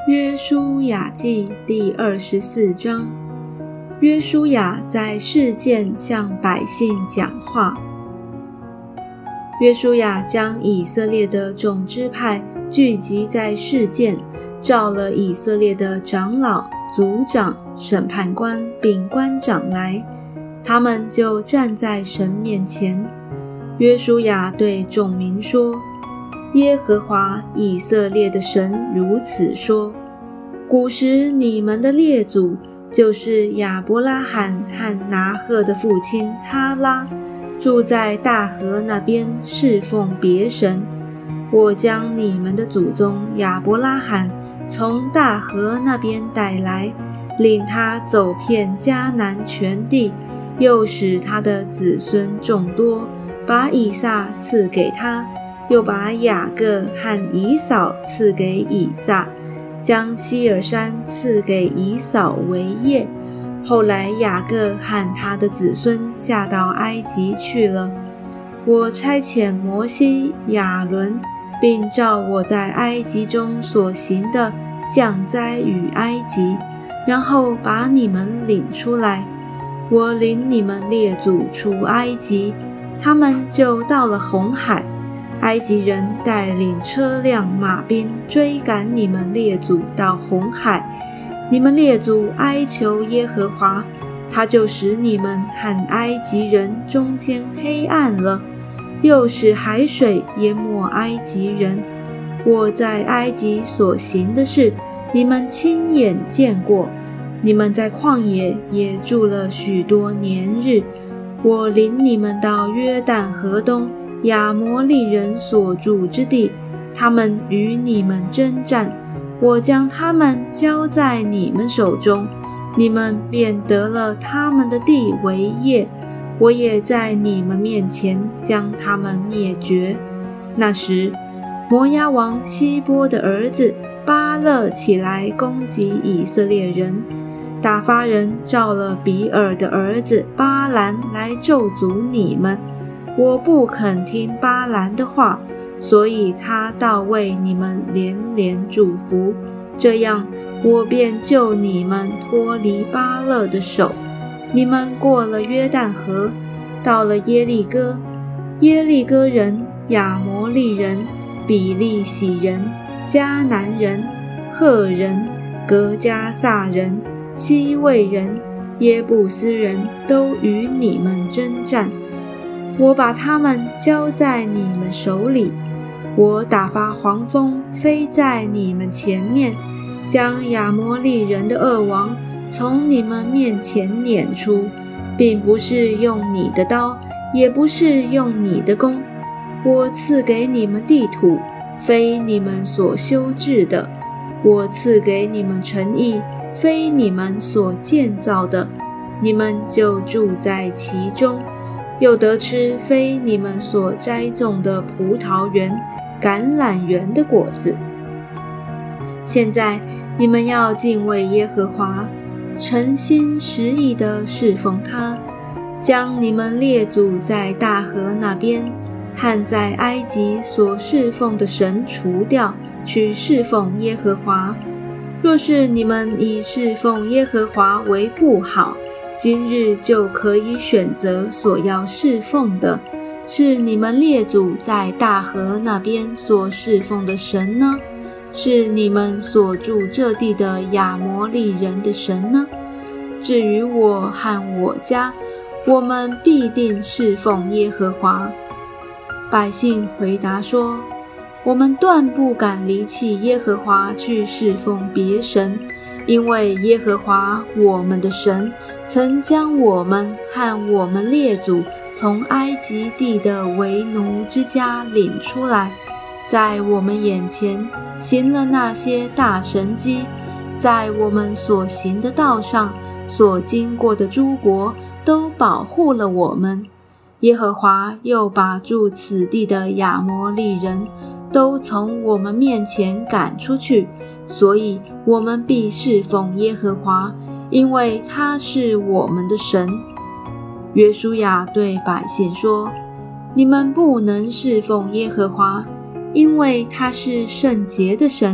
约书亚记第24章。约书亚在示剑向百姓讲话。约书亚将以色列的众支派聚集在示剑，召了以色列的长老、族长、审判官并官长来，他们就站在神面前。约书亚对众民说：耶和华以色列的神如此说：古时你们的列祖，就是亚伯拉罕和拿鹤的父亲他拉，住在大河那边侍奉别神。我将你们的祖宗亚伯拉罕从大河那边带来，领他走遍迦南全地，又使他的子孙众多，把以撒赐给他，又把雅各和以扫赐给以撒，将西尔山赐给以扫为业。后来雅各和他的子孙下到埃及去了。我差遣摩西、亚伦，并照我在埃及中所行的降灾与埃及，然后把你们领出来。我领你们列祖出埃及，他们就到了红海。埃及人带领车辆马兵追赶你们列祖到红海，你们列祖哀求耶和华，他就使你们和埃及人中间黑暗了，又使海水淹没埃及人。我在埃及所行的事，你们亲眼见过。你们在旷野也住了许多年日。我领你们到约旦河东亚摩利人所住之地，他们与你们征战，我将他们交在你们手中，你们便得了他们的地为业。我也在你们面前将他们灭绝。那时，摩押王希波的儿子巴勒起来攻击以色列人，打发人召了比尔的儿子巴兰来咒诅你们。我不肯听巴兰的话，所以他倒为你们连连祝福，这样我便救你们脱离巴勒的手。你们过了约旦河，到了耶利哥，耶利哥人、亚摩利人、比利洗人、迦南人、赫人、革迦撒人、西魏人、耶布斯人都与你们征战，我把他们交在你们手里。我打发黄蜂飞在你们前面，将亚摩利人的恶王从你们面前撵出，并不是用你的刀，也不是用你的弓。我赐给你们地土，非你们所修治的；我赐给你们城邑，非你们所建造的，你们就住在其中，又得吃非你们所栽种的葡萄园、橄榄园的果子。现在你们要敬畏耶和华，诚心实意地侍奉他，将你们列祖在大河那边和在埃及所侍奉的神除掉，去侍奉耶和华。若是你们以侍奉耶和华为不好，今日就可以选择所要侍奉的，是你们列祖在大河那边所侍奉的神呢？是你们所住这地的亚摩利人的神呢？至于我和我家，我们必定侍奉耶和华。百姓回答说：我们断不敢离弃耶和华去侍奉别神，因为耶和华我们的神曾将我们和我们列祖从埃及地的为奴之家领出来，在我们眼前行了那些大神迹，在我们所行的道上所经过的诸国都保护了我们。耶和华又把住此地的亚摩利人都从我们面前赶出去，所以我们必侍奉耶和华，因为他是我们的神。约书亚对百姓说：你们不能侍奉耶和华，因为他是圣洁的神，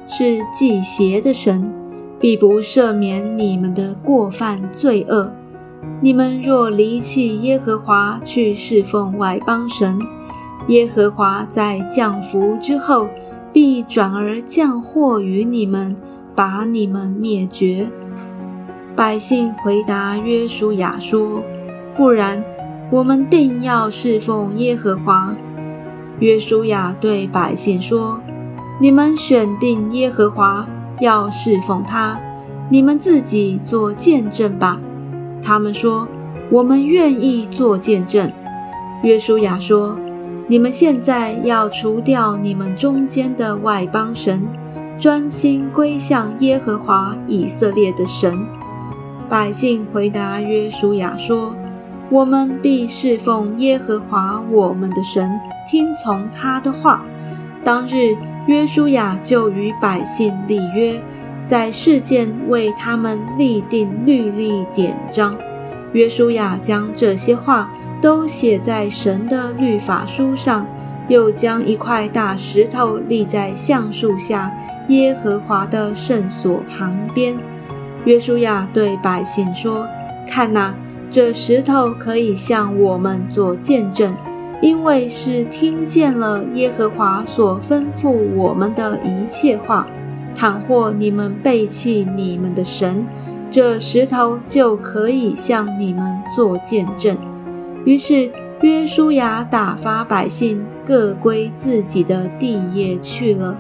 是忌邪的神，必不赦免你们的过犯罪恶。你们若离弃耶和华去侍奉外邦神，耶和华在降福之后，必转而降祸于你们，把你们灭绝。百姓回答约书亚说：不然，我们定要侍奉耶和华。约书亚对百姓说：你们选定耶和华，要侍奉他，你们自己做见证吧。他们说：我们愿意做见证。约书亚说：你们现在要除掉你们中间的外邦神，专心归向耶和华以色列的神。百姓回答约书亚说：我们必侍奉耶和华我们的神，听从他的话。当日约书亚就与百姓立约，在示剑为他们立定律例典章。约书亚将这些话都写在神的律法书上，又将一块大石头立在橡树下耶和华的圣所旁边。约书亚对百姓说：看哪，这石头可以向我们做见证，因为是听见了耶和华所吩咐我们的一切话。倘或你们背弃你们的神，这石头就可以向你们做见证。于是约书亚打发百姓各归自己的地业去了。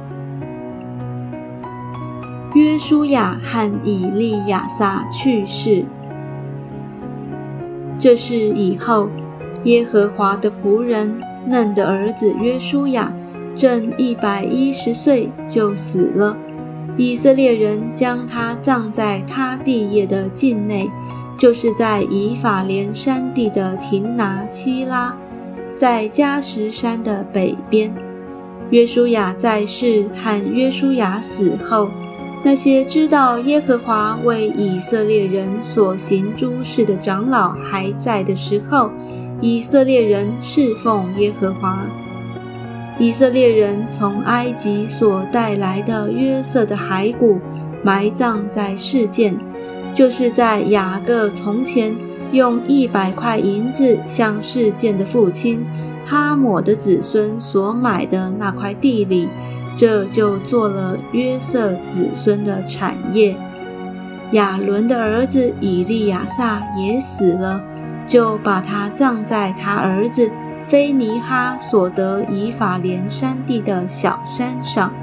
约书亚和以利亚撒去世。这事以后，耶和华的仆人嫩的儿子约书亚正110岁就死了。以色列人将他葬在他地业的境内，就是在以法莲山地的亭拿希拉，在迦实山的北边。约书亚在世和约书亚死后，那些知道耶和华为以色列人所行诸事的长老还在的时候，以色列人侍奉耶和华。以色列人从埃及所带来的约瑟的骸骨埋葬在示剑，就是在雅各从前用100块银子向示剑的父亲哈抹的子孙所买的那块地里，这就做了约瑟子孙的产业。亚伦的儿子以利亚撒也死了，就把他葬在他儿子非尼哈所得以法莲山地的小山上。